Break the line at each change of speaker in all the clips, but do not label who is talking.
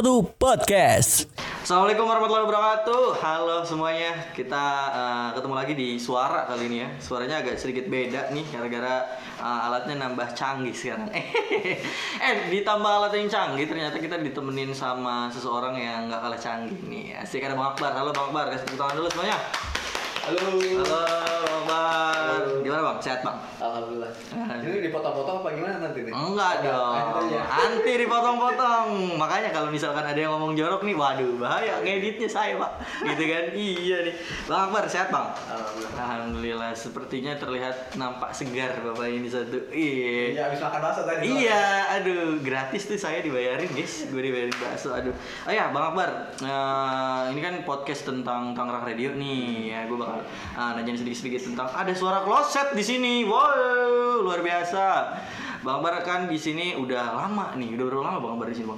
1 Podcast.
Assalamualaikum warahmatullahi wabarakatuh. Halo semuanya. Kita ketemu lagi di Suara kali ini ya. Suaranya agak sedikit beda nih gara-gara alatnya nambah canggih sekarang. Ditambah alat yang canggih ternyata kita ditemenin sama seseorang yang nggak kalah canggih nih. Asik, ada Bang Akbar. Halo Bang Akbar, kasih tepuk tangan dulu semuanya.
Halo.
Halo Bang Akbar. Gimana Bang? Sehat Bang?
Alhamdulillah. Ini dipotong-potong apa gimana nanti nih?
Enggak dong. Anti dipotong-potong. Makanya kalau misalkan ada yang ngomong jorok nih, waduh bahaya ngeditnya saya, Pak. Gitu kan? Iya nih. Bang Akbar sehat, Bang?
Alhamdulillah.
Alhamdulillah, sepertinya terlihat nampak segar Bapak ini satu. Iya.
Iya, habis makan bakso tadi.
Iya, aduh, gratis tuh saya dibayarin, guys. Gue dibayarin bakso, aduh. Oh ya, Bang Akbar. Ini kan podcast tentang Tangerang Radio nih. Ya, gue bakal nanyain sedikit-sedikit tentang ada suara kloset di sini. Wow, luar biasa. Bang Akbar kan di sini udah lama nih. Udah berapa lama Bang Akbar di sini, Bang?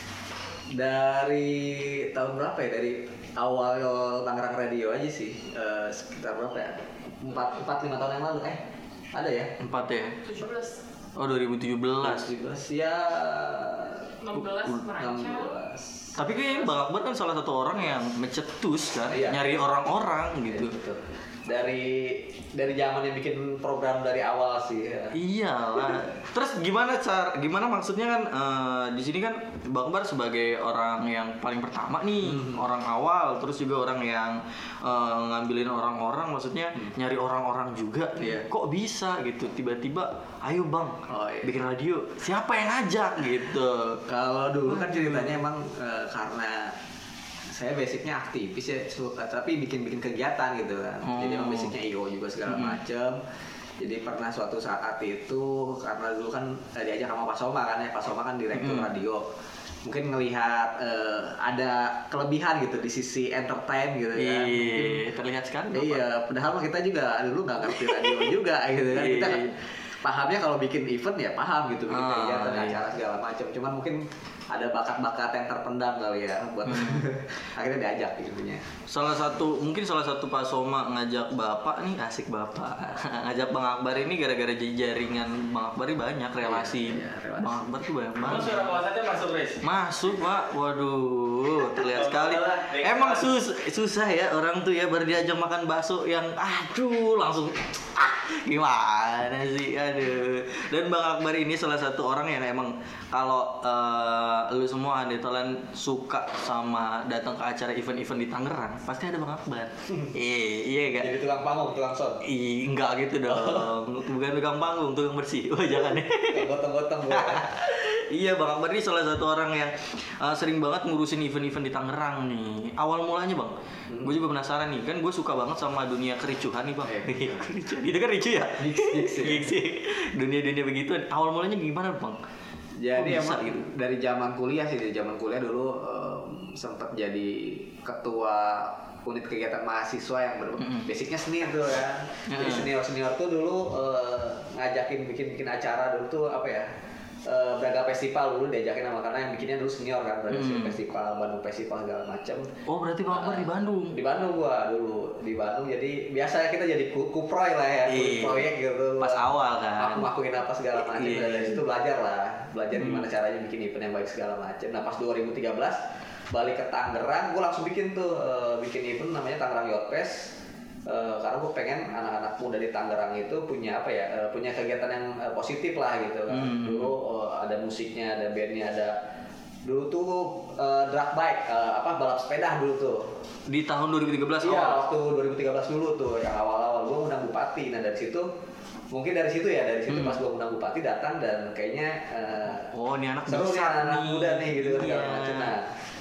Dari tahun berapa ya? Dari awal Tangerang Radio aja sih. Sekitar berapa ya? 4-5 tahun yang lalu. Ada ya?
4 ya?
17
Oh, 2017.
17 ya.
16 merancang.
16.
Tapi kayaknya Bang Akbar kan salah satu orang yang mencetus kan,
Iya.
nyari orang-orang gitu.
Iya, betul. Dari zaman yang bikin program dari awal sih. Ya.
Iyalah. Terus gimana maksudnya kan di sini kan Bang Akbar sebagai orang yang paling pertama nih, orang awal, terus juga orang yang ngambilin orang-orang, maksudnya nyari orang-orang juga.
Iya.
Kok bisa gitu tiba-tiba ayo Bang,
Iya.
bikin radio. Siapa yang ngajak gitu?
Kalau dulu kan ceritanya emang karena saya basicnya aktivis ya, tapi bikin kegiatan gitu kan. Jadi emang basicnya IO juga segala macem. Jadi pernah suatu saat itu karena dulu kan diajak sama Pak Soma kan ya, Pak Soma kan direktur radio. Mungkin ngelihat ada kelebihan gitu di sisi entertain gitu kan.
Iya, terlihat sekali Bapak.
Iya, padahal mah kita juga dulu nggak ngerti radio juga gitu kan. Kita kan pahamnya kalau bikin event ya paham gitu, bikin kegiatan acara segala macam. Cuman mungkin ada bakat-bakat yang terpendam kali ya buat akhirnya diajak gitu-nya.
Salah satu Pak Soma ngajak Bapak nih, asik Bapak. Ngajak Bang Akbar ini gara-gara jaringan Bang Akbar ini banyak relasi.
Iya, relasi.
Bang Akbar tuh banyak banget.
Suara klosetnya masuk, Riz?
Masuk Pak, waduh, terlihat sekali. Emang susah ya orang tuh ya baru diajak makan bakso yang aduh langsung gimana sih, aduh. Dan Bang Akbar ini salah satu orang yang emang kalau lu semua Andetalan suka sama datang ke acara event-event di Tangerang, pasti ada Bang Akbar. Iya gak?
Jadi tukang panggung, tukang sound.
Enggak gitu dong. Bukan tukang panggung, tukang bersih. Oh, jangan ya.
Gotong-gotong gua.
Iya, Bang Akbar ini salah satu orang yang sering banget ngurusin event-event di Tangerang nih. Awal mulanya Bang, gue juga penasaran nih. Kan gue suka banget sama dunia kericuhan nih Bang. Kericuhan. Itu kan ricu ya? Gigs. Dunia-dunia begituan. Awal mulanya gimana Bang?
Jadi
Kok bisa
emang
gitu?
dari zaman kuliah sih, dulu sempat jadi ketua unit kegiatan mahasiswa yang basicnya seni tuh ya. Jadi senior tuh dulu ngajakin bikin acara dulu tuh apa ya? Braga Festival dulu diajakin sama, karena yang bikinnya dulu senior kan, Braga Festival, Bandung Festival segala macam.
Oh, berarti Bang Akbar di Bandung.
Di Bandung gua dulu, di Bandung. Jadi biasa kita jadi kuproy lah ya, proyek gitu.
Pas awal kan.
Aku ngakuin apa segala macam. Dari situ belajar gimana caranya bikin event yang baik segala macam. Nah, pas 2013 balik ke Tangerang, gua langsung bikin event namanya Tangerang Youth Fest. Karena gue pengen anak-anak muda di Tangerang itu punya punya kegiatan yang positif lah gitu kan. Dulu ada musiknya, ada bandnya, ada dulu tuh drag bike, balap sepeda dulu tuh.
Di tahun 2013
Iya,
awal.
waktu 2013 dulu tuh yang awal-awal gue undang bupati. Nah dari situ pas gue undang bupati datang dan kayaknya
Oh, ini anak
seru nih
besar
anak muda nih gitu kan segala
Iya.
macam. Nah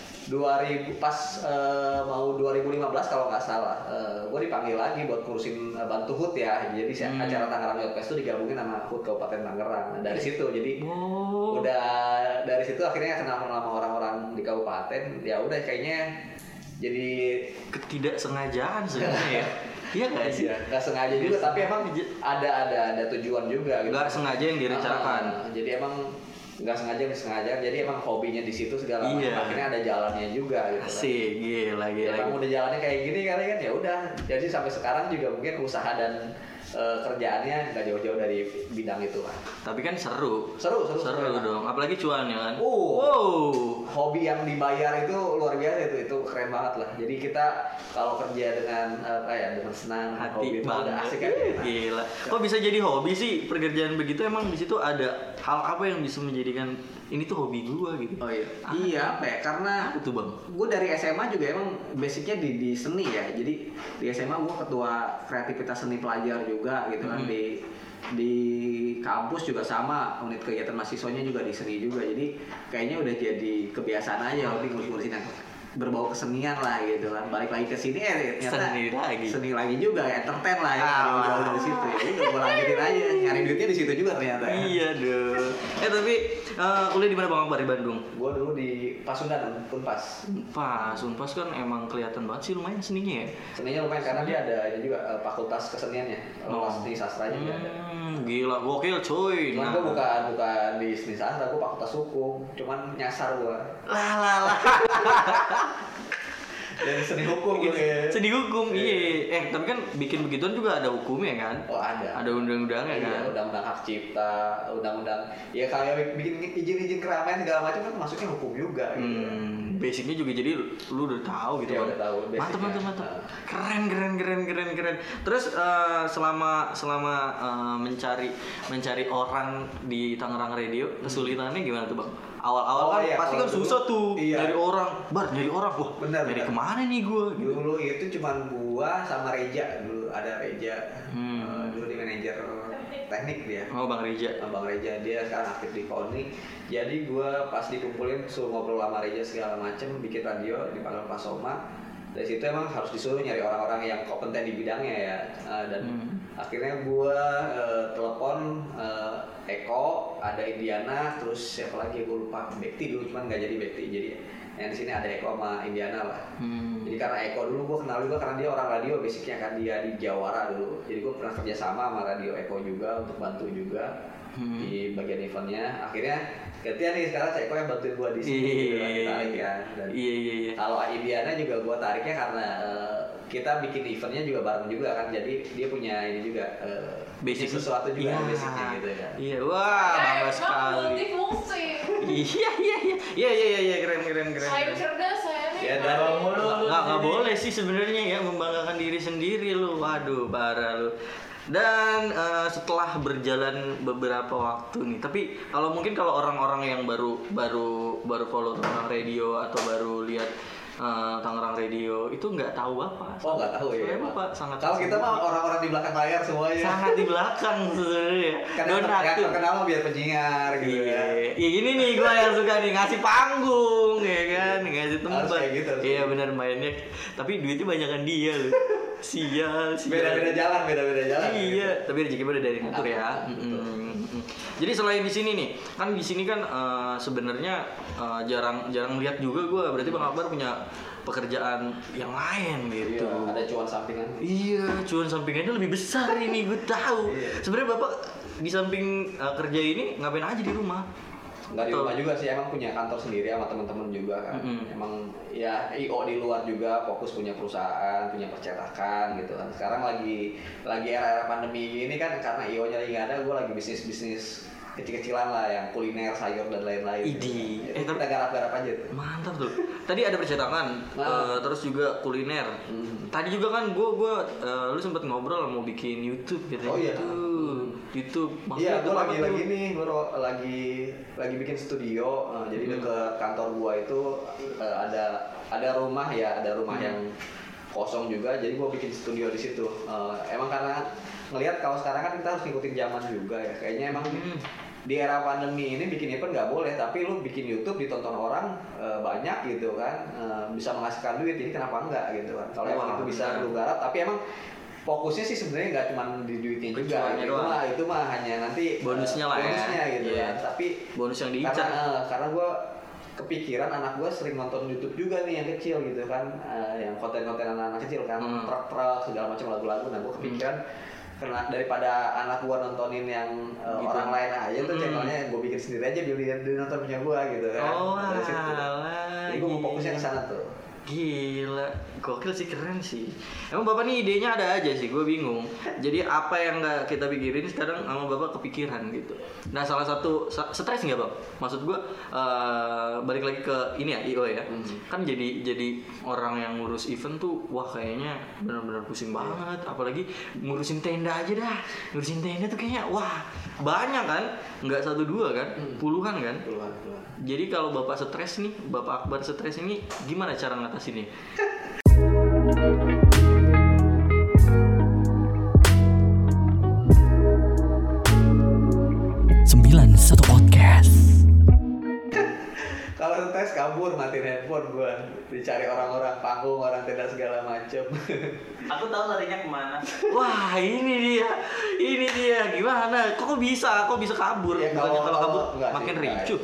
2015 kalau nggak salah, gue dipanggil lagi buat ngurusin bantu HUT ya. Jadi acara Tangerang Youth Fest itu digabungin sama HUT Kabupaten Tangerang. Nah, dari situ jadi udah dari situ akhirnya kenal sama orang-orang di kabupaten. Ya udah kayaknya jadi
ketidaksengajaan sebenarnya ya. Iya nggak sih?
nggak sengaja juga, tapi emang ada tujuan juga. Gitu.
Nggak sengaja yang direncanakan.
Jadi emang nggak sengaja, jadi emang hobinya di situ segala macam. Akhirnya ada jalannya juga gitu.
Asik, gila.
Emang udah jalannya kayak gini kali kan, ya udah. Jadi sampai sekarang juga mungkin usaha dan kerjaannya nggak jauh-jauh dari bidang itu lah.
Tapi kan seru
Seru
dong, apalagi cuannya kan.
Wow. Hobi yang dibayar itu luar biasa, itu keren banget lah. Jadi kita kalau kerja dengan dengan senang,
Hati
hobi itu udah
banget.
asik aja.
Gila. Kok bisa jadi hobi sih pekerjaan begitu? Emang di situ ada hal apa yang bisa menjadikan ini tuh hobi gua gitu?
Oh iya. Iya, apa ya? Karena
Apa tuh, Bang?
gue dari SMA juga emang basicnya di seni ya. Jadi di SMA gue ketua kreativitas seni pelajar juga gitu kan. Di kampus juga sama, unit kegiatan mahasiswanya juga di seni juga. Jadi kayaknya udah jadi kebiasaan aja hobi ngurus-ngurusin yang berbau kesenian lah gitu kan. Balik lagi ke sini ternyata seni lagi juga, entertain lah ya. Jauh dari situ ya. Jadi gue lanjutin aja, nyari duitnya di situ juga ternyata.
Iya dong. Tapi kuliah di mana Bang Akbar, di Bandung?
Gue dulu di Pasundan, Unpas.
Unpas kan emang kelihatan banget sih lumayan seninya ya.
Seninya lumayan karena dia ada ini juga fakultas keseniannya, seni sastranya juga ada.
Gila, gokil cuy.
Cuman gue bukan di seni sastra, gue fakultas hukum. Cuman nyasar gue.
Lah.
Dari seni hukum gitu ya.
Seni hukum, iya. Tapi kan bikin begituan juga ada hukumnya kan?
Oh ada.
Ada undang-undangnya kan?
Iya, undang-undang hak cipta, undang-undang. Ya kayak bikin izin-izin keramaian segala macam kan masuknya hukum juga gitu.
Basicnya juga jadi lu udah tahu gitu
Iya,
kan?
udah tahu basicnya.
Mantap. Keren. Terus selama mencari orang di Tangerang Radio, kesulitannya gimana tuh Bang? Awal-awal kan pasti kan susah tuh nyari orang. Nyari orang. Wah, nyari kemana nih gua? Gitu.
Dulu itu cuman gua sama Reja, dulu ada Reja. Dulu di manajer teknik dia.
Oh, Bang Reja.
Bang Reja, dia sekarang aktif di Koni. Jadi gua pas dikumpulin suruh ngobrol sama Reja segala macem, bikin radio, dipanggil Pak Soma. Dari situ emang harus disuruh nyari orang-orang yang kompeten di bidangnya ya. Dan akhirnya gua telepon Eko, ada Indiana, terus siapa lagi gue lupa, Bekti dulu, cuman nggak jadi Bekti. Jadi yang di sini ada Eko sama Indiana lah. Jadi karena Eko dulu gue kenal juga karena dia orang radio, basicnya kan dia di Jawara dulu. Jadi gue pernah kerja sama radio Eko juga untuk bantu juga di bagian eventnya. Akhirnya gantian nih sekarang Eko yang bantuin gue di sini, tarik ya.
Iya.
Kalau Indiana juga gue tariknya karena kita bikin eventnya juga bareng juga kan, jadi dia punya ini juga basic sesuatu juga basicnya gitu ya.
Iya, wah bangga sekali.
Multifungsi.
Iya, keren.
Saya cerdas saya nih.
Ya dalam
nggak boleh sih sebenarnya ya membanggakan diri sendiri lu. Waduh, parah lu. Dan setelah berjalan beberapa waktu nih, tapi kalau mungkin kalau orang-orang yang baru follow Tangerang Radio atau baru lihat Tangerang Radio itu nggak tahu Bapak.
Oh, nggak tahu ya.
Bapak sangat.
Kalau kita mah orang-orang di belakang layar semuanya.
Sangat di belakang sebenarnya.
Yang terkenal mah biar penyiar gitu ya.
Iya, ini nih gua yang suka nih ngasih panggung ya kan, ngasih tempat.
Harus kayak gitu.
Iya benar mainnya. Tapi duitnya banyakan dia loh. Sial.
Beda-beda jalan.
Iya, tapi rezeki udah dari ngatur ya. Jadi selain di sini nih, kan di sini kan sebenarnya jarang lihat juga gua. Berarti Bang Akbar punya pekerjaan yang lain gitu.
Iya, ada cuan sampingan.
Iya, cuan sampingannya lebih besar ini, gue tahu.
Iya.
Sebenarnya Bapak di samping kerja ini ngapain aja di rumah?
Nggak di rumah juga sih, emang punya kantor sendiri sama teman-teman juga kan. Emang ya IO di luar juga, fokus punya perusahaan, punya percetakan gitu kan. Sekarang lagi era pandemi ini kan, karena IO-nya lagi nggak ada, gue lagi bisnis kecil-kecilan lah, yang kuliner, sayur dan lain-lain.
Idi.
Gitu. Kita garap-garap aja tuh.
Mantap tuh. Tadi ada percetakan, terus juga kuliner. Tadi juga kan lu sempet ngobrol mau bikin YouTube gitu.
Oh iya.
YouTube.
Iya, gue lagi nih, gue lagi bikin studio. Jadi deket kantor gue itu ada rumah yang kosong juga. Jadi gue bikin studio di situ. Emang karena ngelihat kalau sekarang kan kita harus ngikutin zaman juga ya. Kayaknya emang di era pandemi ini bikin event nggak boleh, tapi lu bikin YouTube ditonton orang banyak gitu kan, bisa menghasilkan duit. Jadi kenapa enggak gitu kan? Kalau emang itu bisa lu garap, tapi emang fokusnya sih sebenarnya nggak cuma di duitnya juga. Itu mah hanya nanti
bonusnya lah
gitu
ya.
Kan. Tapi
bonus yang diincar.
Karena gue kepikiran anak gue sering nonton YouTube juga nih yang kecil gitu kan, yang konten-konten anak-anak kecil kan, truk-truk segala macam lagu-lagu. Nah gue kepikiran karena daripada anak gua nontonin yang gitu. Orang lain aja tuh channelnya gua bikin sendiri aja biar dia nonton punya gua gitu kan.
Oh,
dari situ. Jadi gua mau fokusnya ke sana tuh.
Gila, gokil sih, keren sih. Emang bapak nih idenya ada aja sih, gue bingung. Jadi apa yang nggak kita pikirin sekarang sama bapak kepikiran gitu. Nah salah satu stres nggak bang? Maksud gue balik lagi ke ini ya IO ya. Kan jadi orang yang ngurus event tuh, wah kayaknya benar-benar pusing banget. Apalagi ngurusin tenda aja dah. Ngurusin tenda tuh kayaknya wah banyak kan? Nggak 1-2 kan? Puluhan kan?
Puluhan.
Jadi kalau bapak stres nih, bapak Akbar stres ini gimana cara ngatasinnya?
91 Podcast.
Kalau stres kabur, matiin handphone gue, dicari orang-orang panggung, orang tenda segala macem.
Aku tahu larinya kemana.
Wah ini dia gimana? Kok bisa kabur?
Ya,
Bukannya kalau kabur
enggak
makin
sih,
ricuh.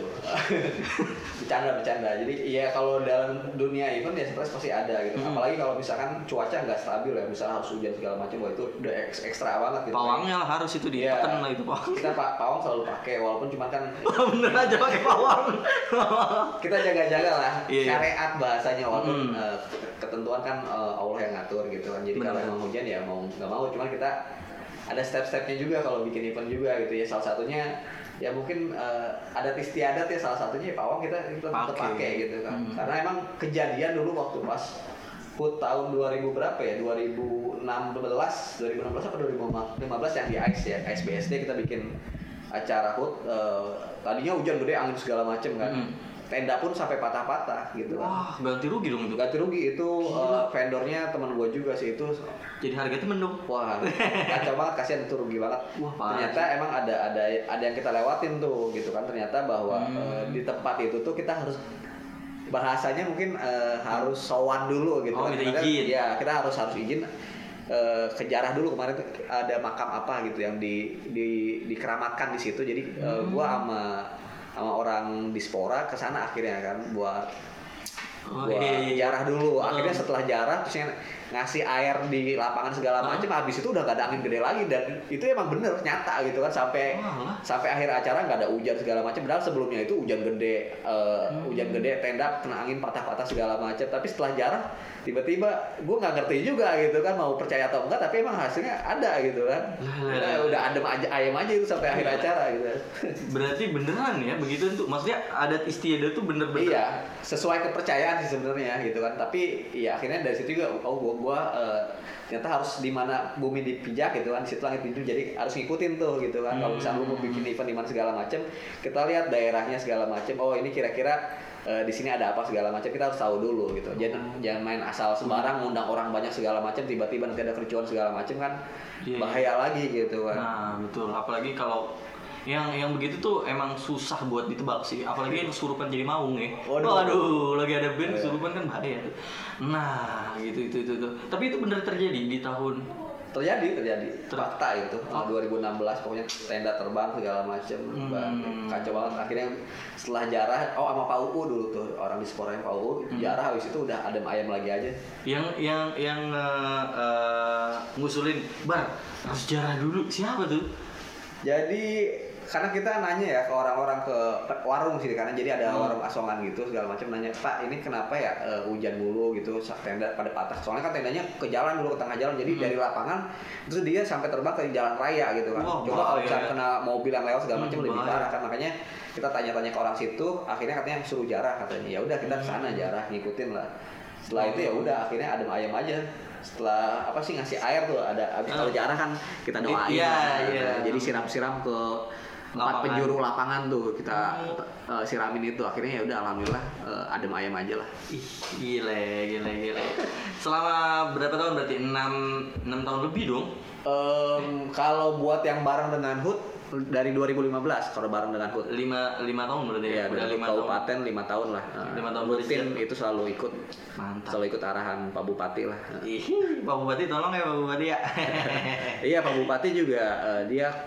Bercanda. Jadi ya kalau dalam dunia event ya stres pasti ada gitu. Apalagi kalau misalkan cuaca nggak stabil ya, misalnya harus hujan segala macam, wah itu udah ekstra banget gitu.
Pawangnya lah harus itu ditekan lah itu pawang.
Kita pawang selalu pakai, walaupun cuma kan
Bener aja pakai pawang.
kita jaga-jaga lah.
Iya.
Syariat bahasanya, walaupun ketentuan kan Allah yang ngatur gitu kan. Jadi kalau
Bener.
emang hujan ya mau nggak mau, cuman kita ada step-stepnya juga kalau bikin event juga gitu ya. Salah satunya ya mungkin adat istiadat ya, salah satunya ya pawang kita tetap pakai gitu kan. Karena emang kejadian dulu waktu pas HUT tahun 2000 berapa ya, 2016 apa 2015 yang di ICE ya, ICE BSD kita bikin acara HUT. Tadinya hujan gede, angin segala macem kan. Tenda pun sampai patah-patah gitu kan.
Wah ganti rugi dong itu.
Ganti rugi itu vendornya teman gua juga sih itu.
Jadi harga temen dong.
Wah, kacau banget, kasihan itu rugi banget.
Wah, parah
ternyata emang ada yang kita lewatin tuh gitu kan. Ternyata bahwa di tempat itu tuh kita harus bahasanya mungkin harus sowan dulu gitu
Oh,
kan.
minta izin.
Ya, kita harus izin ke jarah dulu. Kemarin tuh ada makam apa gitu yang dikeramatkan di situ. Jadi gua sama orang dispora ke sana akhirnya kan buat jarah dulu. Akhirnya setelah jarah terus ngasih air di lapangan segala macam, habis itu udah gak ada angin gede lagi, dan itu emang bener nyata gitu kan, sampai akhir acara nggak ada hujan segala macam. Padahal sebelumnya itu hujan gede, tenda kena angin patah-patah segala macam. Tapi setelah jarah tiba-tiba gue nggak ngerti juga gitu kan, mau percaya atau enggak, tapi emang hasilnya ada gitu kan. Udah adem aja, ayam aja itu sampai akhir acara gitu.
Berarti beneran ya begitu tuh, maksudnya adat istiadat tuh bener-bener.
Iya, sesuai kepercayaan sih sebenarnya gitu kan. Tapi ya akhirnya dari situ juga gua ternyata harus di mana bumi dipijak gitu kan, di situ langit dijunjung, jadi harus ngikutin tuh gitu kan. Kalau misalnya lu mau bikin event di mana segala macam, kita lihat daerahnya segala macam. Oh ini kira-kira di sini ada apa segala macam, kita harus tahu dulu gitu. Jangan main asal sembarang ngundang orang banyak segala macam, tiba-tiba nanti ada kericuan segala macam kan, bahaya lagi gitu kan.
Nah betul, apalagi kalau yang begitu tuh emang susah buat ditebak sih, apalagi yang kesurupan jadi maung ya. Waduh, lagi ada band kesurupan kan bahaya tuh. Nah gitu. Tapi itu bener terjadi di tahun
terjadi fakta itu 2016, pokoknya tenda terbang segala macam, kacau banget. Akhirnya setelah jarah, sama Pak UU dulu tuh, orang di Spora yang Pak UU jarah, habis itu udah adem ayam lagi aja.
Yang ngusulin Bar harus jarah dulu siapa tuh?
Jadi karena kita nanya ya ke orang-orang, ke warung sih, karena jadi ada warung asongan gitu segala macam, nanya, Pak ini kenapa ya hujan mulu gitu, tenda pada patah. Soalnya kan tendanya ke jalan dulu, ke tengah jalan, jadi dari lapangan terus dia sampai terbang ke jalan raya gitu kan. Coba kalau misalnya kena mobil yang lewat segala macam lebih parah kan. Makanya kita tanya-tanya ke orang situ, akhirnya katanya suruh jarah katanya. Ya udah kita ke sana jarah, ngikutin lah. Setelah itu ya udah akhirnya adem ayam aja. Setelah ngasih air tuh, ada habis kalau jarah kan kita doain. Iya. Jadi siram-siram ke 4 penjuru lapangan tuh kita siramin itu. Akhirnya ya udah alhamdulillah adem ayam aja lah.
Ih, gile. Selama berapa tahun berarti? 6 tahun lebih dong.
Kalau buat yang bareng dengan HUT dari 2015 kalau bareng dengan HUT.
5 tahun berarti ya.
Udah 5 kabupaten 5 tahun lah.
5 tahun
rutin itu selalu ikut.
Mantap.
Selalu ikut arahan Pak Bupati lah.
Ih, Pak Bupati tolong ya Pak Bupati ya.
Iya, Pak Bupati juga dia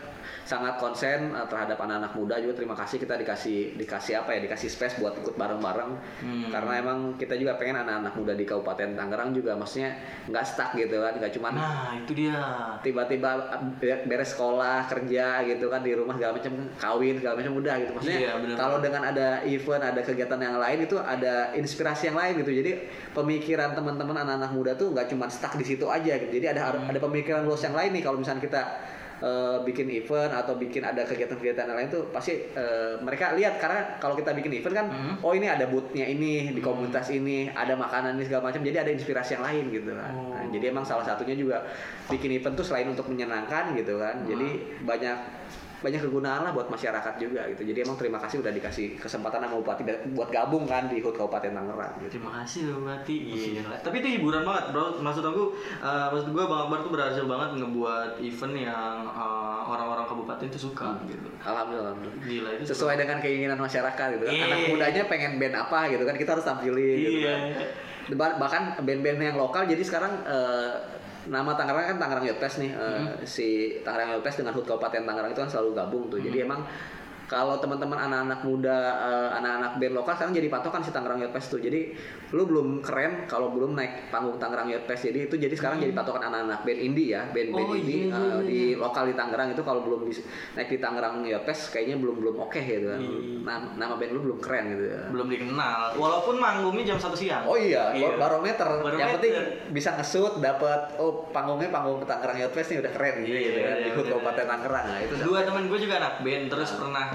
sangat konsen terhadap anak-anak muda juga. Terima kasih kita dikasih space buat ikut bareng-bareng karena emang kita juga pengen anak-anak muda di Kabupaten Tangerang juga maksudnya nggak stuck gitu kan, nggak cuman
itu dia
tiba-tiba beres sekolah kerja gitu kan di rumah segala macam kawin segala macam udah gitu maksudnya. Kalau dengan ada event ada kegiatan yang lain itu ada inspirasi yang lain gitu, jadi pemikiran teman-teman anak-anak muda tuh nggak cuma stuck di situ aja gitu. Jadi ada pemikiran luas yang lain nih kalau misalnya kita bikin event atau bikin ada kegiatan-kegiatan yang lain tuh pasti mereka lihat, karena kalau kita bikin event kan oh ini ada booth-nya ini di komunitas ini, ada makanan ini segala macam, jadi ada inspirasi yang lain gitu kan. Nah, jadi emang salah satunya juga bikin event tuh selain untuk menyenangkan gitu kan, jadi banyak kegunaan lah buat masyarakat juga gitu. Jadi emang terima kasih udah dikasih kesempatan sama Bupati buat gabung kan di HUT Kabupaten Tangerang gitu.
Terima kasih Bupati. Gila. Tapi itu hiburan banget, Bro. Maksud gue Bang Akbar tuh berhasil banget ngebuat event yang orang-orang kabupaten tuh suka gitu.
Alhamdulillah.
Gila itu.
Sesuai dengan keinginan masyarakat gitu kan. Anak mudanya pengen band apa gitu kan, kita harus tampilin gitu kan. Bahkan band-band yang lokal jadi sekarang nama Tangerang kan Tangerang Youth Fest nih, si Tangerang Youth Fest dengan HUT Kabupaten Tangerang itu kan selalu gabung tuh. Jadi emang kalau teman-teman anak-anak muda, anak-anak band lokal sekarang jadi patokan si Tangerang Youth Fest tuh. Jadi lu belum keren kalau belum naik panggung Tangerang Youth Fest. Jadi itu sekarang jadi patokan anak-anak band indie ya, band-band indie di lokal di Tangerang itu kalau belum naik di Tangerang Youth Fest kayaknya belum oke gitu kan. Nama band lu belum keren gitu ya.
Belum dikenal. Walaupun manggungnya jam 1 siang.
Oh iya. Barometer. Yang penting bisa nge-shoot dapat panggungnya panggung Tangerang Youth Fest nih udah keren gitu kan. Di HUT Kabupaten Tangerang. Nah, itu
dua temen gue juga anak band terus pernah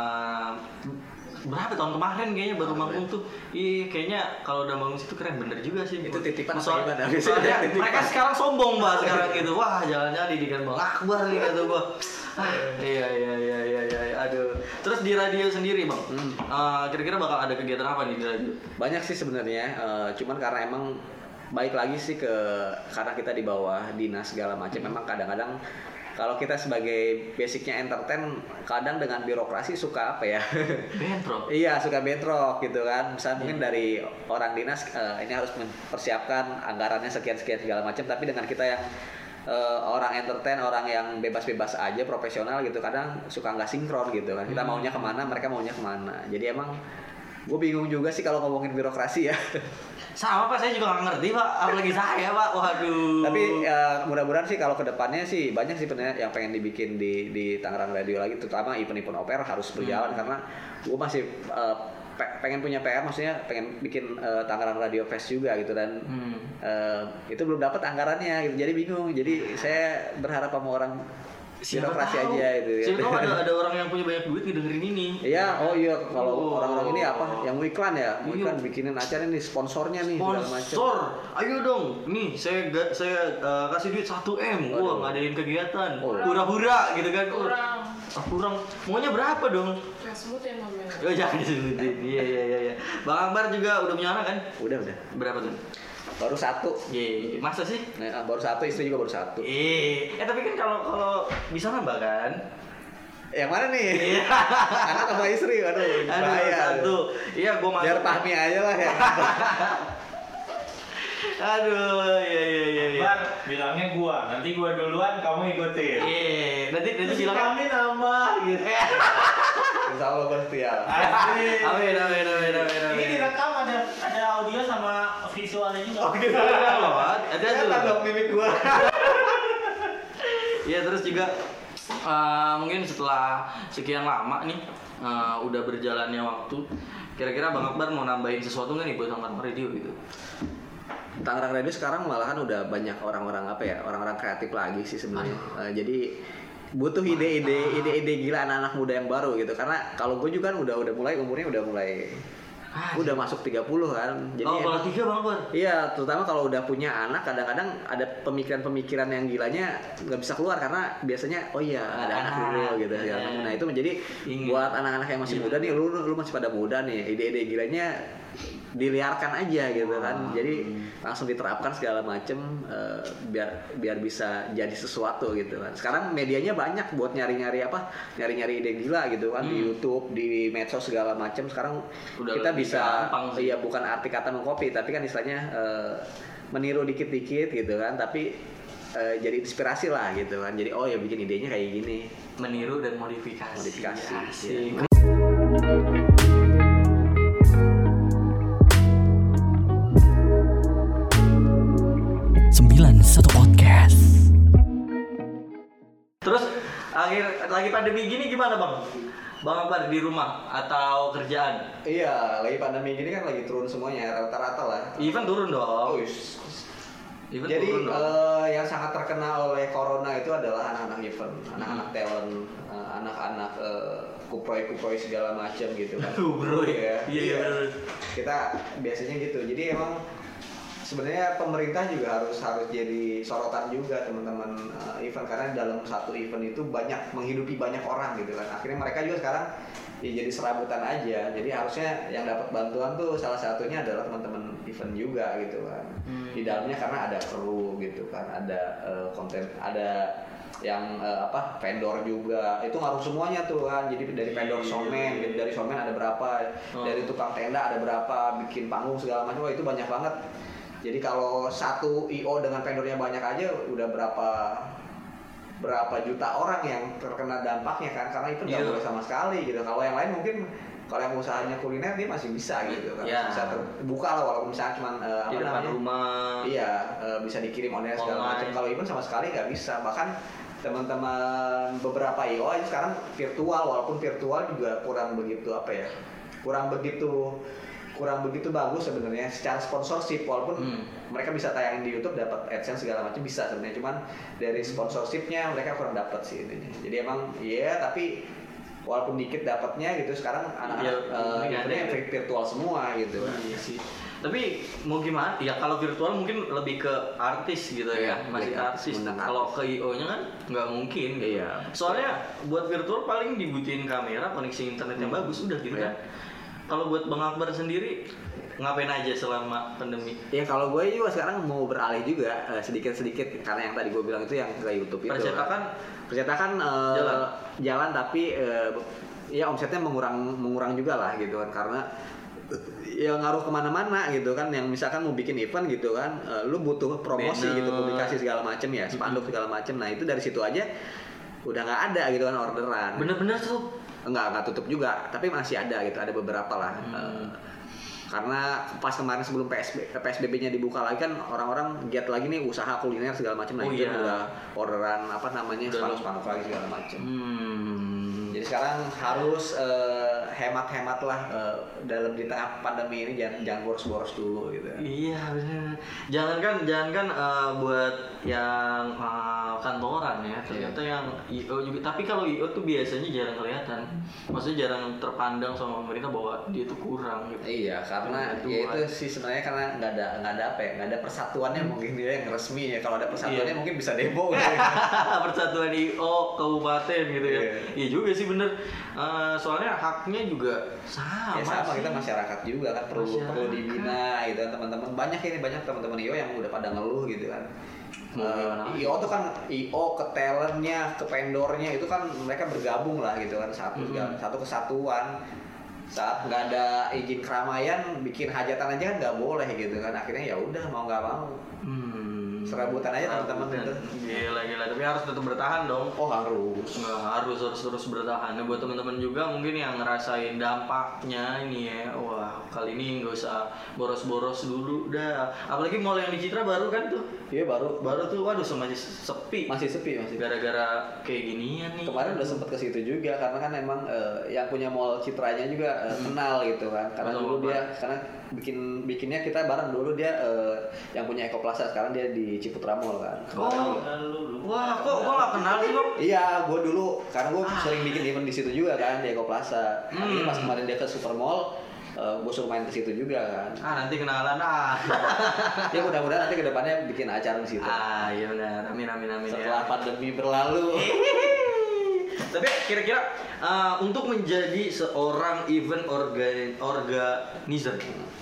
berapa tahun kemarin kayaknya baru manggung tuh. Kayaknya kalau udah manggung situ keren bener juga sih.
Itu titipan
soalnya mereka sekarang sombong Mbak sekarang gitu. Wah, jalan-jalan didikan Bang Akbar nih kata gua. Iya. Aduh. Terus di radio sendiri, Bang. Kira-kira bakal ada kegiatan apa nih di radio?
Banyak sih sebenarnya. Cuman karena emang baik lagi sih karena kita di bawah dinas segala macam, memang kadang-kadang kalau kita sebagai basicnya entertain kadang dengan birokrasi suka apa ya
bentrok.
Iya, suka bentrok gitu kan. Misalnya mungkin dari orang dinas ini harus mempersiapkan anggarannya sekian segala macam, tapi dengan kita yang orang entertain, orang yang bebas-bebas aja, profesional gitu, kadang suka nggak sinkron gitu kan. Kita maunya kemana, mereka maunya kemana. Jadi emang gue bingung juga sih kalau ngomongin birokrasi ya.
Sama Pak, saya juga nggak ngerti Pak, apalagi saya Pak, waduh.
Tapi mudah-mudahan sih kalau kedepannya sih banyak sih sebenarnya yang pengen dibikin di Tangerang Radio lagi, terutama event-event oper harus berjalan karena gue masih pengen punya PR, maksudnya pengen bikin Tangerang Radio Fest juga gitu dan itu belum dapat anggarannya gitu, jadi bingung. Jadi saya berharap sama orang birokrasi aja itu ya.
Siapa tahu ada orang yang punya banyak duit ngedengerin ini.
Iya, kalau orang-orang ini apa yang mau iklan ya, mau iklan bikinin acara nih, sponsornya nih segala macam.
Sponsor, ayo dong. Nih saya kasih duit 1M, wah ngadain kegiatan, hura-hura gitu kan. Kurang. Maunya berapa dong?
Yang sebut ya namanya.
Oh jangan disebutin. Iya. Bang Akbar juga udah punya anak kan?
Udah.
Berapa tuh?
Baru 1.
Iya, masa sih?
Nah, baru 1, istri juga baru 1.
Tapi kan kalau bisa nambah kan?
Yang mana nih? Anak sama istri, aduh bahaya.
1. Iya, gua masuk.
Biar Fahmi aja lah ya.
Aduh, iya.
Bar, bilangnya gua, nanti gua duluan, kamu ikutin.
Iya, nanti bilang
kami nambah gitu.
Insya Allah gue setia.
Amin.
Ini direkam ada audio sama visualnya juga.
Oke, ada
dong mimik gua.
Iya, terus juga mungkin setelah sekian lama nih udah berjalannya waktu, kira-kira Bang Akbar mau nambahin sesuatu nggak nih buat Tangerang Radio gitu?
Tangerang Radio sekarang malahan udah banyak orang-orang kreatif lagi sih sebenarnya. Jadi butuh ide-ide gila anak-anak muda yang baru gitu, karena kalau gue juga kan udah mulai umurnya udah masuk 30 kan. Jadi
kalau 3 Bang Akbar?
Iya, terutama kalau udah punya anak kadang-kadang ada pemikiran-pemikiran yang gilanya nggak bisa keluar karena biasanya ada anak dulu gitu ya. Nah itu menjadi buat anak-anak yang masih muda nih, lu masih pada muda nih, ide-ide gilanya diliarkan aja gitu kan. Jadi langsung diterapkan segala macem biar bisa jadi sesuatu gitu kan. Sekarang medianya banyak buat nyari-nyari ide gila gitu kan, di YouTube, di medsos segala macem. Sekarang udah kita bisa bukan arti kata mengcopy, tapi kan istilahnya meniru dikit-dikit gitu kan, tapi jadi inspirasi lah gitu kan. Jadi bikin idenya kayak gini.
meniru dan modifikasi.
Modifikasi,
Asik.
iya.
Satu podcast.
Terus lagi pandemi gini gimana bang? Bang Akbar di rumah atau kerjaan?
Iya, lagi pandemi gini kan lagi turun semuanya rata-rata lah.
Event turun dong. Event
Jadi
turun dong.
yang sangat terkena oleh corona itu adalah anak-anak event, anak-anak talent, anak-anak kuproy-kuproy segala macam gitu kan.
Bro ya. Iya.
Kita biasanya gitu. Jadi emang sebenarnya pemerintah juga harus jadi sorotan juga teman-teman event, karena dalam satu event itu menghidupi banyak orang gitu kan. Akhirnya mereka juga sekarang ya jadi serabutan aja. Jadi harusnya yang dapat bantuan tuh salah satunya adalah teman-teman event juga gitu kan. Di dalamnya karena ada kru gitu kan, ada konten, ada yang vendor juga, itu ngaruh semuanya tuh kan. Jadi dari vendor soundman, dari soundman ada berapa, dari tukang tenda ada berapa, bikin panggung segala macam, itu banyak banget. Jadi kalau satu IO dengan vendornya banyak aja udah berapa juta orang yang terkena dampaknya kan, karena itu nggak boleh sama sekali gitu. Kalau yang lain mungkin kalau yang usahanya kuliner dia masih bisa gitu kan, bisa terbuka lah walaupun misalnya cuma
di depan rumah.
Iya, bisa dikirim online segala macam. Kalau event sama sekali nggak bisa. Bahkan teman-teman beberapa IO aja sekarang virtual, walaupun virtual juga kurang begitu bagus sebenarnya secara sponsorship, walaupun mereka bisa tayangin di YouTube dapat AdSense segala macam bisa sebenarnya, cuman dari sponsorshipnya mereka kurang dapat sih intinya. Jadi emang tapi walaupun dikit dapatnya gitu, sekarang anak-anak virtual semua gitu.
Iya sih. Tapi mau gimana? Ya kalau virtual mungkin lebih ke artis gitu ya, masih artis. Kalau ke IO-nya kan nggak mungkin. Gitu.
Iya.
Soalnya buat virtual paling dibutuhin kamera, koneksi internet yang bagus, udah gitu kan. Kalau buat Bang Akbar sendiri ngapain aja selama pandemi?
Ya kalau gue juga sekarang mau beralih juga sedikit-sedikit, karena yang tadi gue bilang itu yang ke YouTube itu. Percetakan jalan tapi ya omsetnya mengurang juga lah gitu kan, karena ya ngaruh kemana-mana gitu kan. Yang misalkan mau bikin event gitu kan, lu butuh promosi gitu, publikasi segala macem ya, spanduk segala macem. Nah itu dari situ aja udah nggak ada gitu kan orderan.
Bener-bener tuh.
Nggak tutup juga, tapi masih ada gitu, ada beberapa lah. Karena pas kemarin sebelum PSBB-nya dibuka lagi kan, orang-orang giat lagi nih usaha kuliner segala macam. Nah itu udah orderan spanduk lagi segala macam. Jadi sekarang harus hemat-hemat lah dalam di tengah pandemi ini, jangan boros-boros dulu gitu.
Iya benar. Jangankan buat yang kantoran ya, ternyata yang IO juga. Tapi kalau IO tuh biasanya jarang kelihatan. Maksudnya jarang terpandang sama pemerintah bahwa dia tuh kurang gitu.
Iya, karena ya itu sih sebenarnya karena nggak ada persatuannya mungkin dia yang resmi ya. Kalau ada persatuannya mungkin bisa demo gitu.
Persatuan IO kabupaten gitu ya. Iya juga sih bener. Soalnya haknya juga sama.
Ya sama, kita masyarakat juga kan perlu dibina gitu kan teman-teman. Banyak teman-teman IO yang udah pada ngeluh gitu kan. IO tuh kan IO ke talentnya, ke vendornya itu kan mereka bergabung lah gitu kan, satu kesatuan. Saat nggak ada izin keramaian, bikin hajatan aja kan nggak boleh gitu kan. Akhirnya ya udah mau nggak mau. Serabutan aja teman-teman itu.
Gila, tapi harus tetap bertahan dong.
Oh harus.
Nggak harus terus bertahan. Nah, buat teman-teman juga mungkin yang ngerasain dampaknya ini ya. Wah, kali ini nggak usah boros-boros dulu dah. Apalagi mall yang di Citra baru kan tuh.
Iya baru
tuh, waduh masih sepi.
Masih sepi.
Gara-gara kayak ginian nih.
Kemarin udah sempet ke situ juga karena kan emang yang punya mall Citranya juga kenal gitu kan. Karena dulu dia bikinnya kita bareng dulu, dia yang punya Eco Plaza, sekarang dia di Ciputra Mall kan.
Wah, kok gua nggak kenal sih lo?
Iya, gua dulu karena gua sering bikin event di situ juga kan, di Eco Plaza. Akhirnya pas kemarin dia ke Super Mall, gua suruh main ke situ juga kan.
Nanti kenalan
Ya mudah-mudahan nanti kedepannya bikin acara di situ.
Iya benar. Amin
Setelah pandemi berlalu.
Tapi kira-kira untuk menjadi seorang event organizer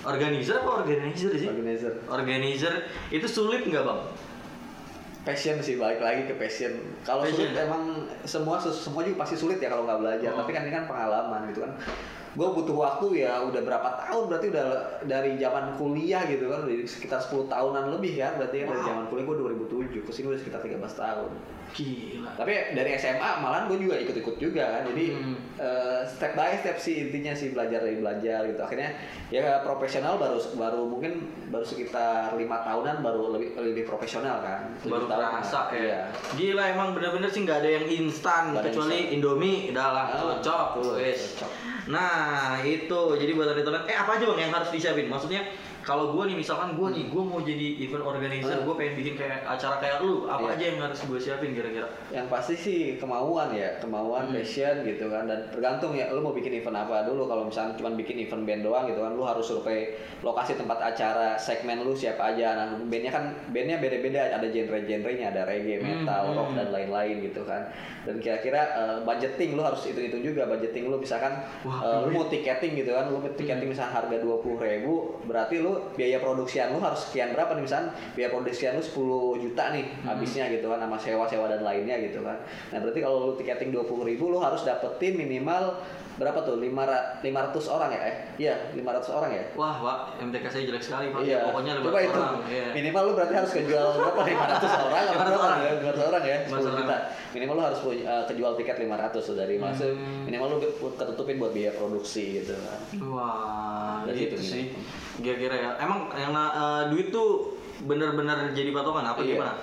sih? Organizer itu sulit nggak bang?
Passion sih, balik lagi ke passion. Kalau sulit emang semua juga pasti sulit ya kalau nggak belajar. Tapi kan ini kan pengalaman gitu kan. gue butuh waktu ya udah berapa tahun, berarti udah dari zaman kuliah gitu kan, udah sekitar 10 tahunan lebih kan, berarti dari zaman kuliah gue 2007 kesini udah sekitar 13 tahun.
Gila.
Tapi dari SMA malahan gue juga ikut-ikut juga kan, jadi step by step sih intinya sih, belajar gitu. Akhirnya ya profesional baru mungkin baru sekitar 5 tahunan baru lebih profesional kan.
Baru terasa ya.
Iya.
Gila emang bener-bener sih nggak ada yang instan kecuali Indomie udah lah cocok. Wes. Nah itu jadi buat tontonan. Apa aja bang yang harus disiapin? Maksudnya kalau gue nih misalkan gue mau jadi event organizer, gue pengen bikin kayak acara kayak lu, apa aja yang harus gue siapin kira-kira?
Yang pasti sih kemauan, passion gitu kan, dan tergantung ya lu mau bikin event apa dulu. Kalau misalnya cuma bikin event band doang gitu kan, lu harus survei lokasi tempat acara, segmen lu siapa aja. Nah bandnya beda-beda, ada genre-genrenya, ada reggae, metal, rock dan lain-lain gitu kan. Dan kira-kira budgeting lu harus hitung juga, budgeting lu misalkan lu mau tiketing gitu kan, lu tiketing misalnya harga 20.000, berarti lu biaya produksian lu harus sekian berapa nih, misalnya biaya produksian lu 10 juta nih habisnya gitu kan, sama sewa dan lainnya gitu kan. Nah berarti kalau lu tiketing 20.000 lu harus dapetin minimal berapa tuh, 500 orang ya? Iya 500 orang ya.
Wah MTK saya jelek sekali Pak.
Iya.
Pokoknya 500
coba itu
orang. Iya.
Minimal lu berarti harus kejual berapa, 500 orang
500 orang
ya, 500 orang ya, 10
500
juta minimal lu harus kejual tiket 500 tuh dari maksud minimal lu ketutupin buat biaya produksi gitu kan.
Wah
Dari
gitu
itu
sih kira-kira ya. Emang yang duit tuh bener-bener jadi patokan apa gimana?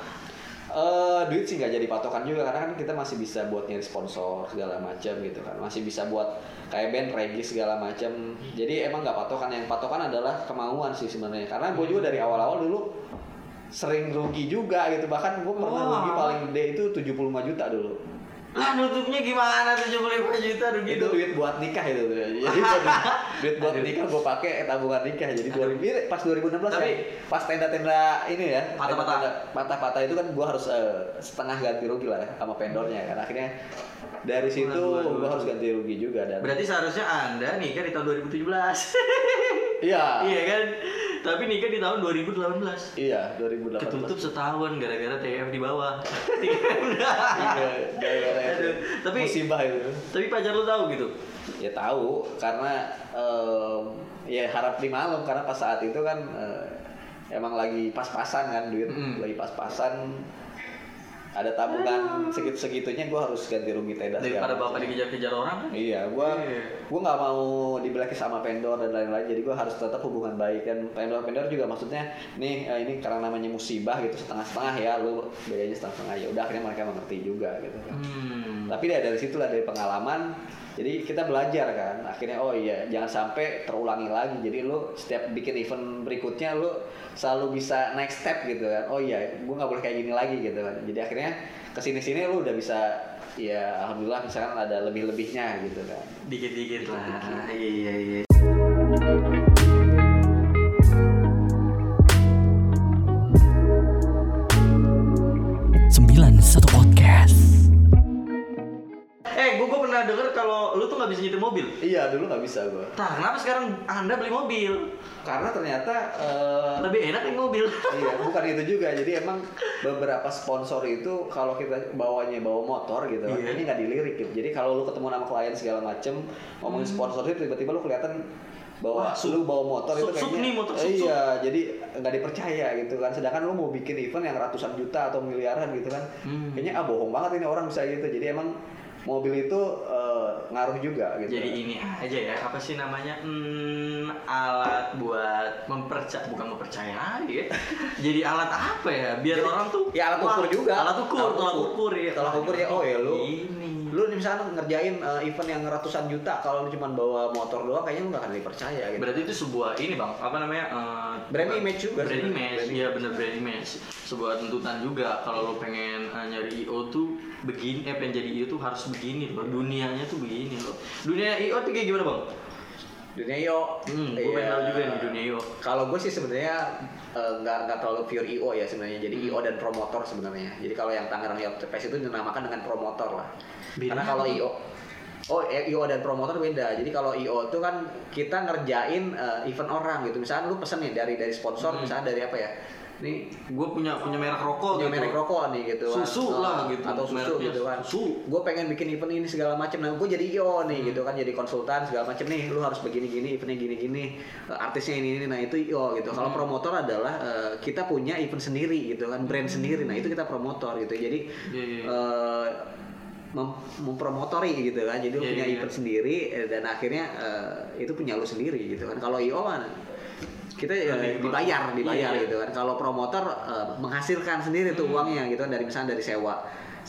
Duit sih nggak jadi patokan juga, karena kan kita masih bisa buat nyari sponsor segala macam gitu kan, masih bisa buat kayak band reggae segala macam. Jadi emang nggak patokan, yang patokan adalah kemauan sih sebenarnya. Karena gue juga dari awal-awal dulu sering rugi juga gitu, bahkan gue pernah rugi paling gede itu 75 juta dulu.
Lah nutupnya gimana 75 juta rugi
Itu duit buat nikah itu. Jadi duit buat nikah gue pakai tabungan nikah. Jadi pas 2016
tapi,
ya, pas tenda-tenda ini ya, patah-patah itu kan gue harus setengah ganti rugi lah sama vendornya kan. Akhirnya dari situ gue harus ganti rugi juga. Dan
berarti seharusnya Anda nikah di tahun 2017.
Iya.
Iya kan? Tapi nikah di tahun 2018.
Iya, 2018.
Ketutup setahun gara-gara TF di bawah.
Gara-gara itu.
Tapi
musibah itu.
Tapi pacar lu tahu gitu?
Ya tahu, karena ya harap di malam, karena pas saat itu kan emang lagi pas-pasan kan duit, lagi pas-pasan. Ada tabungan segitu-segitunya, gue harus ganti rugi tenda
daripada bapak dikejar-kejar orang kan?
Iya, gue nggak mau dibelaki sama vendor dan lain-lain, jadi gue harus tetap hubungan baik. Dan vendor juga maksudnya nih ini karena namanya musibah gitu, setengah-setengah ya, lu bedanya setengah-setengah, ya udah akhirnya mereka mengerti juga gitu kan. Tapi dari situlah, dari pengalaman, jadi kita belajar kan, akhirnya oh iya jangan sampai terulangi lagi. Jadi lu setiap bikin event berikutnya lu selalu bisa next step gitu kan. Oh iya, gue nggak boleh kayak gini lagi gitu kan. Jadi akhirnya kesini-sini lu udah bisa, ya alhamdulillah misalkan ada lebih-lebihnya gitu kan.
Dikit-dikit lah. Iya.
Satu podcast.
Gue pernah denger kalau lu tuh nggak bisa nyetir mobil.
Iya, dulu nggak bisa gue.
Nah, kenapa sekarang Anda beli mobil?
Karena ternyata
lebih enak naik mobil.
Iya, bukan itu juga. Jadi emang beberapa sponsor itu kalau kita bawa motor gitu, ini nggak dilirik gitu. Jadi kalau lu ketemu nama klien segala macem, ngomongin sponsor itu tiba-tiba lu kelihatan bahwa lu bawa motor itu kayaknya iya, jadi nggak dipercaya gitu kan. Sedangkan lu mau bikin event yang ratusan juta atau miliaran gitu kan, kayaknya bohong banget ini orang bisa gitu. Jadi emang mobil itu ngaruh juga gitu.
Jadi ini aja ya, apa sih namanya, alat buat bukan mempercayai ya. Jadi alat apa ya, biar orang tuh
ya alat ukur juga.
Alat ukur ya.
Tolak ukur ya, oh ya lu misalnya ngerjain event yang ratusan juta, kalau lu cuma bawa motor doang kayaknya lu nggak akan dipercaya gitu.
Berarti itu sebuah ini bang, apa namanya,
brand image juga.
Brand image, iya bener, brand image. Sebuah tuntutan juga kalau lu pengen nyari IO tuh begini, pengen jadi IO tuh harus begini loh. Dunianya tuh begini loh. Dunia IO tuh kayak gimana bang?
Dunia IO,
gue pengen tahu juga nih dunia IO.
Kalau gue sih sebenarnya nggak terlalu pure IO ya sebenarnya. Jadi IO dan promotor sebenarnya. Jadi kalau yang Tangerang Yacht Fest itu dinamakan dengan promotor lah. Karena kalau IO, IO dan promotor beda. Jadi kalau IO itu kan kita ngerjain event orang gitu. Misalnya lu pesen nih dari sponsor, misalnya dari apa ya? nih
gue punya merek rokok
punya
gitu.
merek rokok nih gitu kan.
Susu lah gitu.
Atau susu
Mereknya
gitu kan.
Susu.
Gue pengen bikin event ini segala macam. Nah, gue jadi IO nih gitu kan, jadi konsultan segala macam nih. Lu harus begini-gini, eventnya gini-gini, artisnya ini. Nah, itu IO gitu. Kalau promotor adalah kita punya event sendiri gitu kan, brand sendiri. Nah, itu kita promotor gitu. Jadi mempromotori gitu kan. Jadi lu punya event sendiri dan akhirnya itu punya lu sendiri gitu kan. Kalau IO kan kita dibayar gitu kan. Kalau promotor menghasilkan sendiri tuh uangnya gitu kan, dari misalnya dari sewa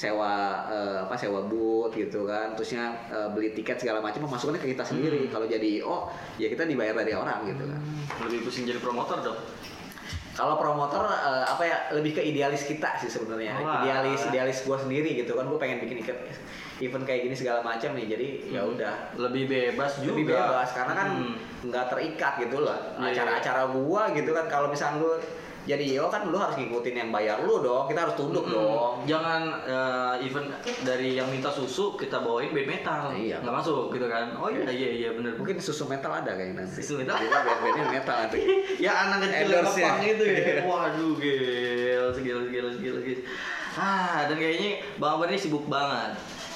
booth gitu kan, terusnya beli tiket segala macam, pemasukannya ke kita sendiri. Kalau jadi IO ya kita dibayar dari orang gitu kan.
Lebih pusing jadi promotor dong.
Kalau promotor lebih ke idealis kita sih sebenarnya. Idealis gue sendiri gitu kan. Gue pengen bikin event kayak gini segala macam nih. Jadi ya udah
lebih bebas juga.
Lebih bebas karena kan nggak terikat gitu loh. Acara-acara gua gitu kan, kalau misalnya lu jadi IO kan lu harus ngikutin yang bayar lu dong. Kita harus tunduk dong.
Jangan event dari yang minta susu kita bawain band metal.
Iya.
Nggak masuk gitu kan. Oh iya bener.
Mungkin susu metal ada kayaknya nanti.
Susu metal?
Jadi band-bandnya metal nanti.
Ya anak kecil yang
Endorse-nya.
ngepang itu ya. Waduh, gila. Dan kayaknya Bang Abar ini sibuk banget.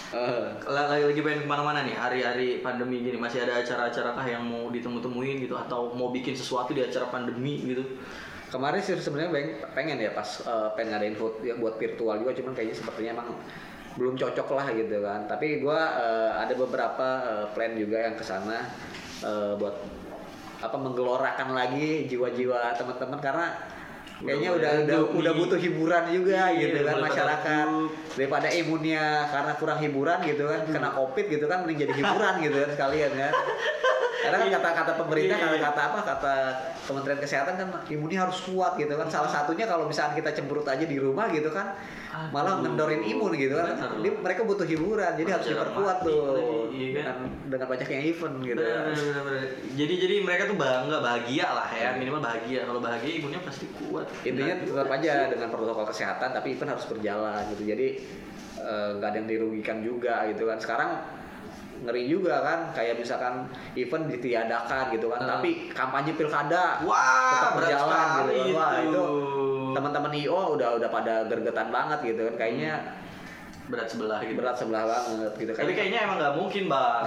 Lagi pengen kemana-mana nih hari-hari pandemi gini, masih ada acara-acara kah yang mau ditemu-temuin gitu, atau mau bikin sesuatu di acara pandemi gitu?
Kemarin sih sebenarnya pengen ya pas pengen ngadain food ya buat virtual juga, cuman kayaknya sepertinya emang belum cocok lah gitu kan. Tapi gue ada beberapa plan juga yang kesana buat menggelorakan lagi jiwa-jiwa teman-teman, karena kayaknya udah butuh hiburan juga gitu kan masyarakat, daripada imunnya karena kurang hiburan gitu kan, kena COVID gitu kan, mending jadi hiburan gitu kan sekalian kan. Karena kan kata-kata pemerintah, kata Kementerian Kesehatan kan imunnya harus kuat gitu kan. Salah satunya kalau misalnya kita cemberut aja di rumah gitu kan, malah ngendorin imun gitu kan. Mereka butuh hiburan, jadi harus diperkuat tuh dengan banyaknya event gitu.
Bener. Jadi mereka tuh bahagia lah ya, minimal bahagia. Kalau bahagia imunnya pasti kuat.
Intinya tetap aja dengan protokol kesehatan, tapi event harus berjalan gitu. Jadi nggak ada yang dirugikan juga gitu kan. Sekarang ngeri juga kan, kayak misalkan event ditiadakan gitu kan, tapi kampanye pilkada tetap berjalan gitu. Wah, itu teman-teman IO udah pada gergetan banget gitu kan, kayaknya
berat sebelah
banget gitu kan.
Tapi kayaknya emang nggak mungkin Bang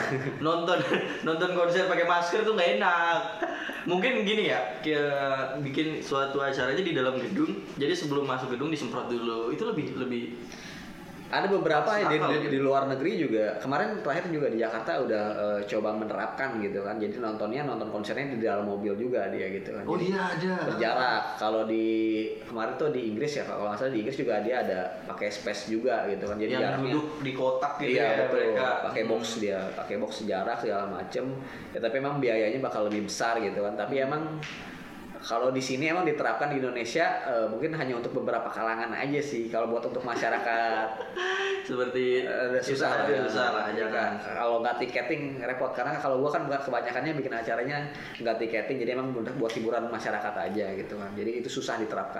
nonton konser pakai masker tuh nggak enak. Mungkin gini ya, bikin suatu acaranya di dalam gedung, jadi sebelum masuk gedung disemprot dulu, itu lebih
ada beberapa di luar negeri juga. Kemarin terakhir juga di Jakarta udah coba menerapkan gitu kan. Jadi nonton konsernya di dalam mobil juga dia gitu kan.
Oh,
jadi
dia ada.
Berjarak. Kalau kemarin tuh di Inggris ya, kalau nggak salah di Inggris juga dia ada pakai space juga gitu kan. Jadi
yang
jaraknya
duduk di kotak gitu
iya,
ya
betul.
mereka.
Pakai box jarak segala macem. Ya tapi emang biayanya bakal lebih besar gitu kan. Tapi emang kalau di sini emang diterapkan di Indonesia mungkin hanya untuk beberapa kalangan aja sih. Kalau buat untuk masyarakat
seperti
susah
lah aja kan.
Kalau nggak tiketing repot, karena kalau gua kan kebanyakannya bikin acaranya nggak tiketing, jadi emang buat hiburan masyarakat aja gitu kan. Jadi itu susah diterapkan.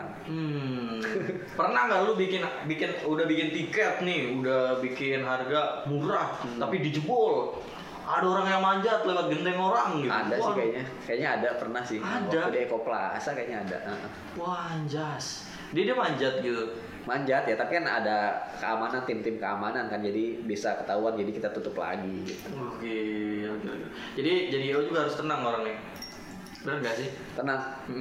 Pernah nggak lu udah bikin tiket nih, udah bikin harga murah tapi dijebol? Ada orang yang manjat lewat genteng orang gitu.
Ada sih kayaknya ada, pernah sih.
Ada.
Waktu di Eko Plaza kayaknya ada.
Wah, anjas. Dia manjat gitu.
Manjat ya, tapi kan ada keamanan, tim keamanan kan, jadi bisa ketahuan, jadi kita tutup lagi gitu.
Oke. Jadi lo juga harus tenang orangnya. Benar nggak sih?
Tenang.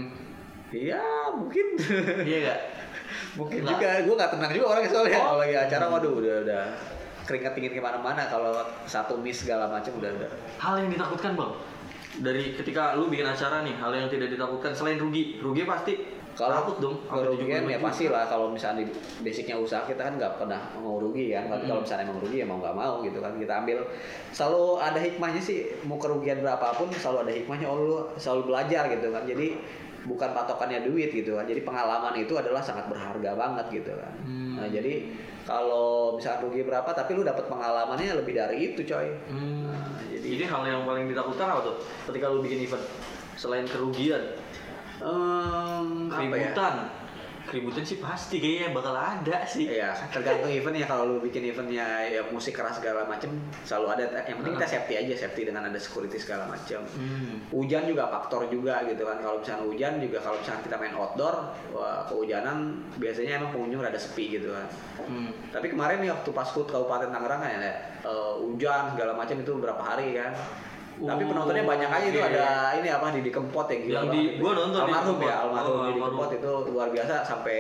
Iya, mungkin.
Iya nggak?
Mungkin juga, gue nggak tenang juga orangnya soalnya. Kalau lagi acara, waduh udah keringat dingin kemana-mana, kalau satu miss segala macam udah.
Hal yang ditakutkan Bang, dari ketika lu bikin acara nih, hal yang tidak ditakutkan selain rugi pasti takut dong.
Kerugian ya pasti lah, kalau misalnya basicnya usaha kita kan nggak pernah mau rugi kan. Tapi kalau misalnya emang rugi ya mau nggak mau gitu kan, kita ambil. Selalu ada hikmahnya sih, mau kerugian berapapun selalu ada hikmahnya. Lu selalu belajar gitu kan. Jadi bukan patokannya duit gitu kan. Jadi pengalaman itu adalah sangat berharga banget gitu kan. Nah jadi kalau misalnya rugi berapa tapi lu dapat pengalamannya lebih dari itu coy. Nah,
jadi hal yang paling ditakutkan apa tuh ketika lu bikin event selain kerugian?
Apa ya?
keributan sih pasti kayaknya bakal ada sih.
Iya, tergantung event ya. Kalau lu bikin eventnya ya musik keras segala macem, selalu ada. Yang penting kita safety aja, safety dengan ada security segala macem. Hujan juga faktor juga gitu kan. Kalau misalnya hujan juga, kalau misalnya kita main outdoor, kehujanan biasanya emang pengunjung rada sepi gitu kan. Tapi kemarin nih waktu pas HUT Kabupaten Tangerang kan ya, hujan segala macam itu beberapa hari kan. Tapi penontonnya banyak aja itu, ada ini apa Didi Kempot yang gila banget.
Gua nonton
almarhum
Didi
ya,
Kempot.
almarhum Didi Kempot itu luar biasa sampai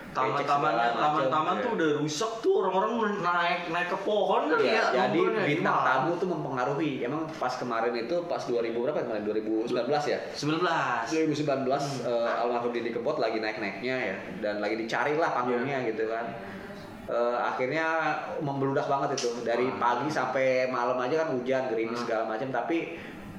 taman-taman tuh udah rusak tuh, orang-orang naik ke pohon kan ya.
Jadi
nontonnya.
bintang
Gimana?
tamu tuh mempengaruhi. Emang pas kemarin itu pas 2000 berapa kemarin? 2019 ya? 2019 almarhum Didi Kempot lagi naik-naiknya ya, dan lagi dicari lah panggungnya gitu kan. Akhirnya membludak banget itu dari pagi sampai malam aja kan hujan, gerimis segala macam, tapi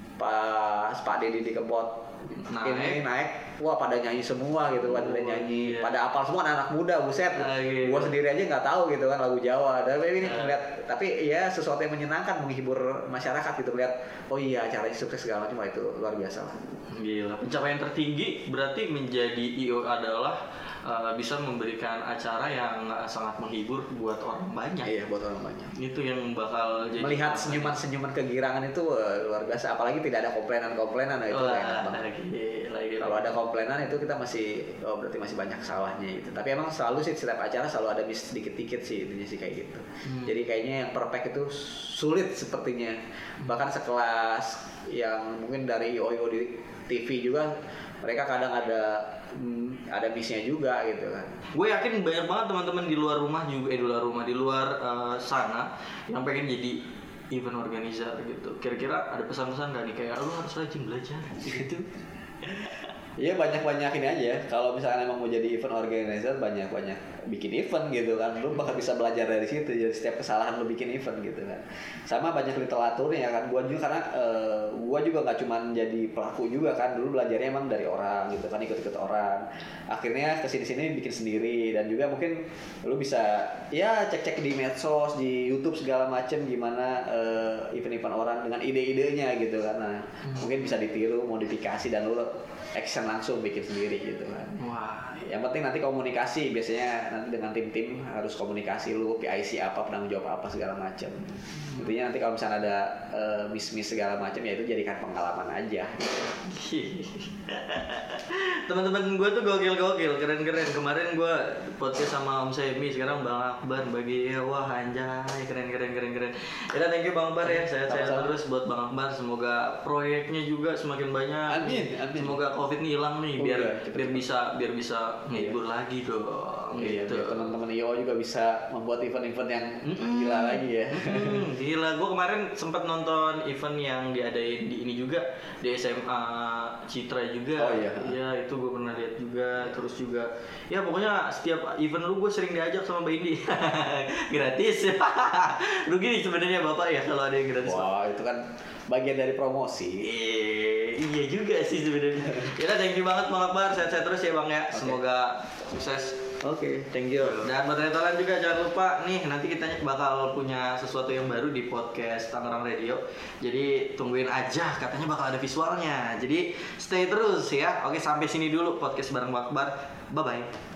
pas Pak Didi Kempot ini naik, wah pada nyanyi semua gitu kan, pada nyanyi, pada apal semua anak-anak muda, buset. Gua sendiri aja nggak tahu gitu kan lagu Jawa. Dan ini ngeliat, tapi ya sesuatu yang menyenangkan, menghibur masyarakat gitu, lihat oh iya acaranya sukses segala macam, itu luar biasa lah.
Gila, pencapaian tertinggi berarti menjadi IO adalah bisa memberikan acara yang sangat menghibur buat orang banyak.
Iya, buat orang banyak.
Itu yang bakal jadi
Melihat senyuman-senyuman kegirangan itu luar biasa, apalagi tidak ada komplainan itu enak banget. Kalau ada komplainan itu kita masih, oh berarti masih banyak salahnya gitu. Tapi emang selalu sih setiap acara selalu ada miss dikit-dikit sih, intinya sih kayak gitu. Jadi kayaknya yang perfect itu sulit sepertinya. Bahkan sekelas yang mungkin dari IO di TV juga, mereka kadang ada missnya juga gitu kan.
Gue yakin banyak banget teman-teman di luar rumah juga, di luar sana yang pengen jadi event organizer gitu. Kira-kira ada pesan-pesan nggak nih, kayak lu harus rajin belajar gitu?
Iya, banyak-banyak ini aja. Kalau misalkan emang mau jadi event organizer, banyak-banyak bikin event gitu kan. Lu bakal bisa belajar dari situ. Jadi setiap kesalahan lu bikin event gitu kan. Sama banyak literaturnya kan. Gua juga karena gua juga nggak cuman jadi pelaku juga kan. Dulu belajarnya emang dari orang gitu kan, ikut-ikut orang. Akhirnya kesini-sini bikin sendiri, dan juga mungkin lu bisa ya cek-cek di medsos, di YouTube segala macem gimana event-event orang dengan ide-idenya gitu kan. Nah, mungkin bisa ditiru, modifikasi, dan lu action langsung bikin sendiri gitu kan.
Wah,
Yang penting nanti komunikasi, biasanya nanti dengan tim-tim harus komunikasi, lu PIC apa, penanggung jawab apa segala macam. Intinya nanti kalau misalnya ada miss segala macam, ya itu jadikan pengalaman aja.
teman-teman gue tuh gokil, keren-keren. Kemarin gue podcast sama Om Semi, sekarang Bang Akbar bagi wah anjay, keren. Ya thank you Bang Akbar ya, sehat-sehat terus buat Bang Akbar. Semoga proyeknya juga semakin banyak.
Amin.
Semoga COVID ini hilang nih, biar bisa ngibur lagi dong.
Iya,
Gitu.
biar teman-teman IO juga bisa membuat event-event yang gila lagi ya.
Gila, gue kemarin sempat nonton event yang diadain di ini juga, di SMA Citra juga.
Oh iya.
Iya, itu gue pernah lihat juga. Terus juga, ya pokoknya setiap event lu gue sering diajak sama Mbak Indi. Gratis. Rugi nih sebenarnya Bapak ya kalau ada yang gratis.
Wah, itu kan bagian dari promosi.
Iya juga sih sebenarnya. Ya, thank you banget Bang Akbar, sehat-sehat terus ya Bang ya.
Okay.
Semoga sukses.
Oke, thank you.
Dan buat kalian juga jangan lupa nih, nanti kita bakal punya sesuatu yang baru di podcast Tangerang Radio. Jadi tungguin aja, katanya bakal ada visualnya. Jadi stay terus ya. Oke, sampai sini dulu podcast bareng Bang Akbar. Bye bye.